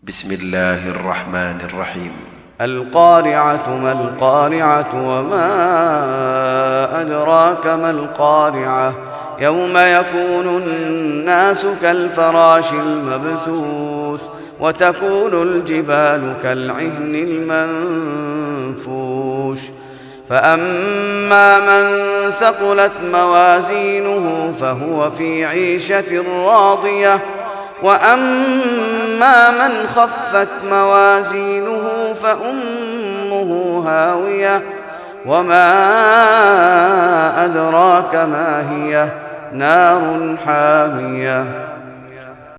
بسم الله الرحمن الرحيم. القارعة ما القارعة وما أدراك ما القارعة يوم يكون الناس كالفراش المبثوث وتكون الجبال كالعهن المنفوش فأما من ثقلت موازينه فهو في عيشة راضية وأما من خفت موازينه فأمه هاوية وما أدراك ما هي نار حامية.